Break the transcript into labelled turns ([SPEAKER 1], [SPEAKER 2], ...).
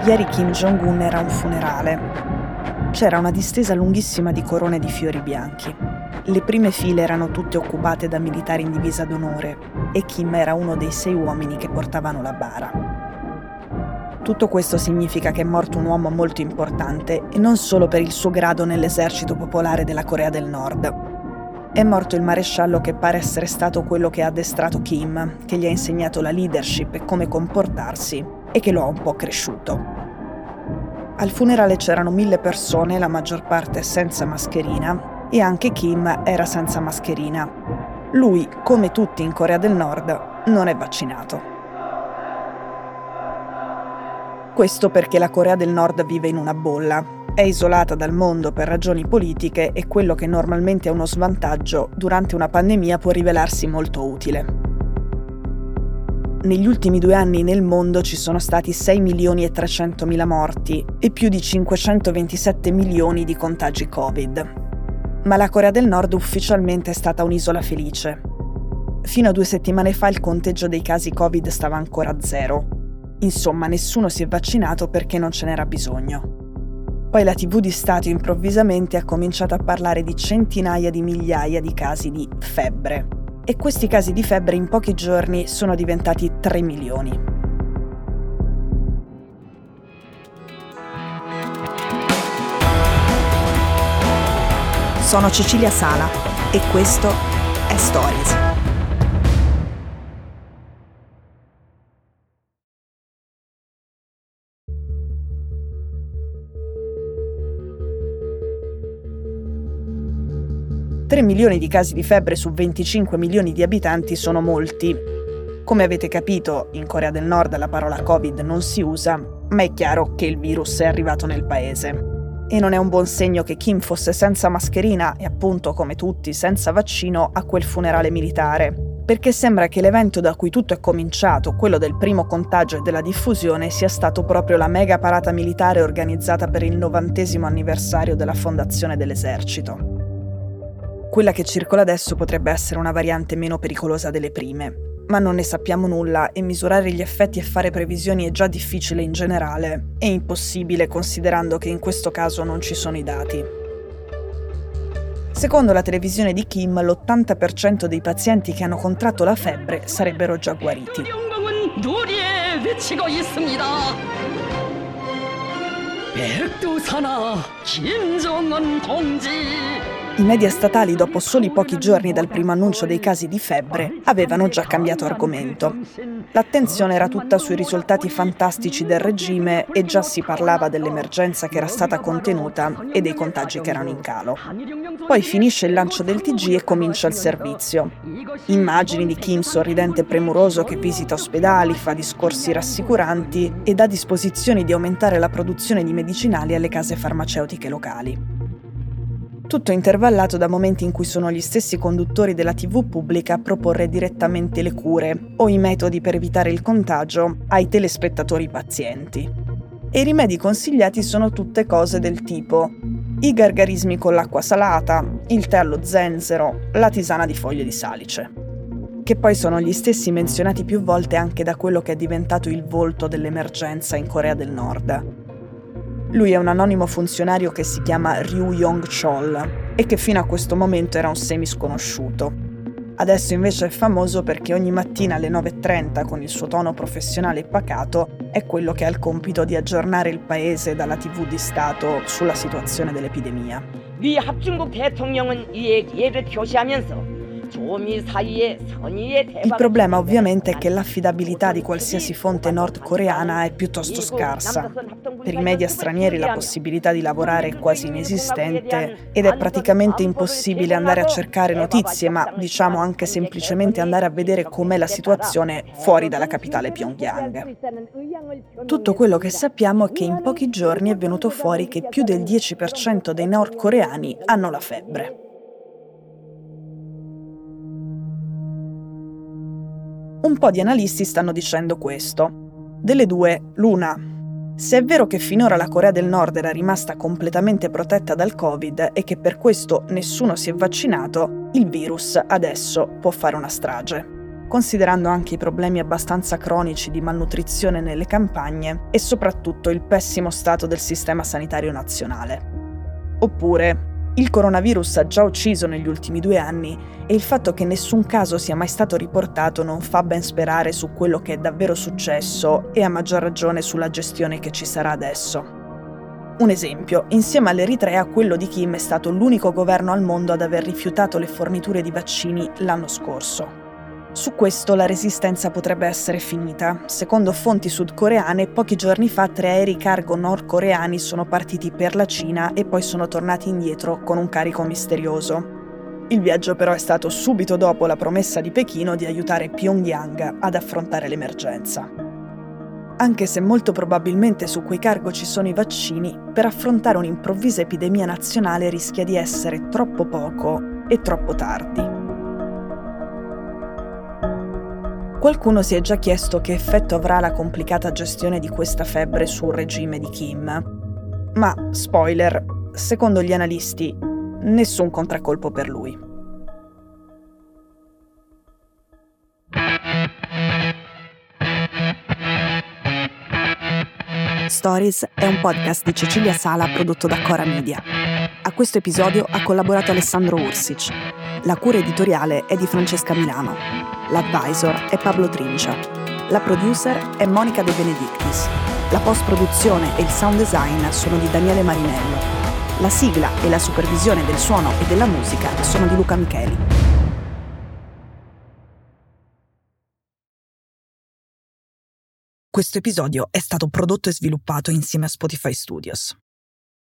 [SPEAKER 1] Ieri Kim Jong-un era a un funerale. C'era una distesa lunghissima di corone di fiori bianchi. Le prime file erano tutte occupate da militari in divisa d'onore e Kim era uno dei 6 uomini che portavano la bara. Tutto questo significa che è morto un uomo molto importante e non solo per il suo grado nell'esercito popolare della Corea del Nord. È morto il maresciallo che pare essere stato quello che ha addestrato Kim, che gli ha insegnato la leadership e come comportarsi e che lo ha un po' cresciuto. Al funerale c'erano 1000 persone, la maggior parte senza mascherina, e anche Kim era senza mascherina. Lui, come tutti in Corea del Nord, non è vaccinato. Questo perché la Corea del Nord vive in una bolla, è isolata dal mondo per ragioni politiche e quello che normalmente è uno svantaggio durante una pandemia può rivelarsi molto utile. Negli ultimi 2 anni nel mondo ci sono stati 6.300.000 morti e più di 527 milioni di contagi Covid. Ma la Corea del Nord ufficialmente è stata un'isola felice. Fino a 2 settimane fa il conteggio dei casi Covid stava ancora a 0. Insomma, nessuno si è vaccinato perché non ce n'era bisogno. Poi la TV di Stato improvvisamente ha cominciato a parlare di centinaia di migliaia di casi di febbre. E questi casi di febbre in pochi giorni sono diventati 3 milioni. Sono Cecilia Sala e questo è Stories. $3 milioni di casi di febbre su 25 milioni di abitanti sono molti. Come avete capito, in Corea del Nord la parola Covid non si usa, ma è chiaro che il virus è arrivato nel paese. E non è un buon segno che Kim fosse senza mascherina e appunto, come tutti, senza vaccino a quel funerale militare, perché sembra che l'evento da cui tutto è cominciato, quello del primo contagio e della diffusione, sia stato proprio la mega parata militare organizzata per il 90° anniversario della fondazione dell'esercito. Quella che circola adesso potrebbe essere una variante meno pericolosa delle prime, ma non ne sappiamo nulla e misurare gli effetti e fare previsioni è già difficile in generale e impossibile considerando che in questo caso non ci sono i dati. Secondo la televisione di Kim, l'80% dei pazienti che hanno contratto la febbre sarebbero già guariti. I media statali, dopo soli pochi giorni dal primo annuncio dei casi di febbre, avevano già cambiato argomento. L'attenzione era tutta sui risultati fantastici del regime e già si parlava dell'emergenza che era stata contenuta e dei contagi che erano in calo. Poi finisce il lancio del TG e comincia il servizio. Immagini di Kim sorridente e premuroso che visita ospedali, fa discorsi rassicuranti e dà disposizioni di aumentare la produzione di medicinali alle case farmaceutiche locali. Tutto intervallato da momenti in cui sono gli stessi conduttori della TV pubblica a proporre direttamente le cure o i metodi per evitare il contagio ai telespettatori pazienti. E i rimedi consigliati sono tutte cose del tipo i gargarismi con l'acqua salata, il tè allo zenzero, la tisana di foglie di salice. Che poi sono gli stessi menzionati più volte anche da quello che è diventato il volto dell'emergenza in Corea del Nord. Lui è un anonimo funzionario che si chiama Ryu Yong-chol e che fino a questo momento era un semisconosciuto. Adesso invece è famoso perché ogni mattina alle 9:30, con il suo tono professionale e pacato, è quello che ha il compito di aggiornare il paese dalla TV di Stato sulla situazione dell'epidemia.
[SPEAKER 2] 미 합중국 대통령은 이에 예를 표시하면서
[SPEAKER 1] Il problema ovviamente è che l'affidabilità di qualsiasi fonte nordcoreana è piuttosto scarsa. Per i media stranieri la possibilità di lavorare è quasi inesistente ed è praticamente impossibile andare a cercare notizie, ma diciamo anche semplicemente andare a vedere com'è la situazione fuori dalla capitale Pyongyang. Tutto quello che sappiamo è che in pochi giorni è venuto fuori che più del 10% dei nordcoreani hanno la febbre. Un po' di analisti stanno dicendo questo. Delle due, l'una. Se è vero che finora la Corea del Nord era rimasta completamente protetta dal Covid e che per questo nessuno si è vaccinato, il virus adesso può fare una strage. considerando anche i problemi abbastanza cronici di malnutrizione nelle campagne e soprattutto il pessimo stato del sistema sanitario nazionale. Oppure, il coronavirus ha già ucciso negli ultimi 2 anni e il fatto che nessun caso sia mai stato riportato non fa ben sperare su quello che è davvero successo e a maggior ragione sulla gestione che ci sarà adesso. Un esempio, insieme all'Eritrea, quello di Kim è stato l'unico governo al mondo ad aver rifiutato le forniture di vaccini l'anno scorso. Su questo la resistenza potrebbe essere finita. Secondo fonti sudcoreane, pochi giorni fa 3 aerei cargo nordcoreani sono partiti per la Cina e poi sono tornati indietro con un carico misterioso. Il viaggio però è stato subito dopo la promessa di Pechino di aiutare Pyongyang ad affrontare l'emergenza. Anche se molto probabilmente su quei cargo ci sono i vaccini, per affrontare un'improvvisa epidemia nazionale rischia di essere troppo poco e troppo tardi. Qualcuno si è già chiesto che effetto avrà la complicata gestione di questa febbre sul regime di Kim. Ma, spoiler, secondo gli analisti, nessun contraccolpo per lui. Stories è un podcast di Cecilia Sala prodotto da Cora Media. A questo episodio ha collaborato Alessandro Ursic. La cura editoriale è di Francesca Milano. L'advisor è Pablo Trincia. La producer è Monica De Benedictis. La post-produzione e il sound design sono di Daniele Marinello. La sigla e la supervisione del suono e della musica sono di Luca Micheli. Questo episodio è stato prodotto e sviluppato insieme a Spotify Studios.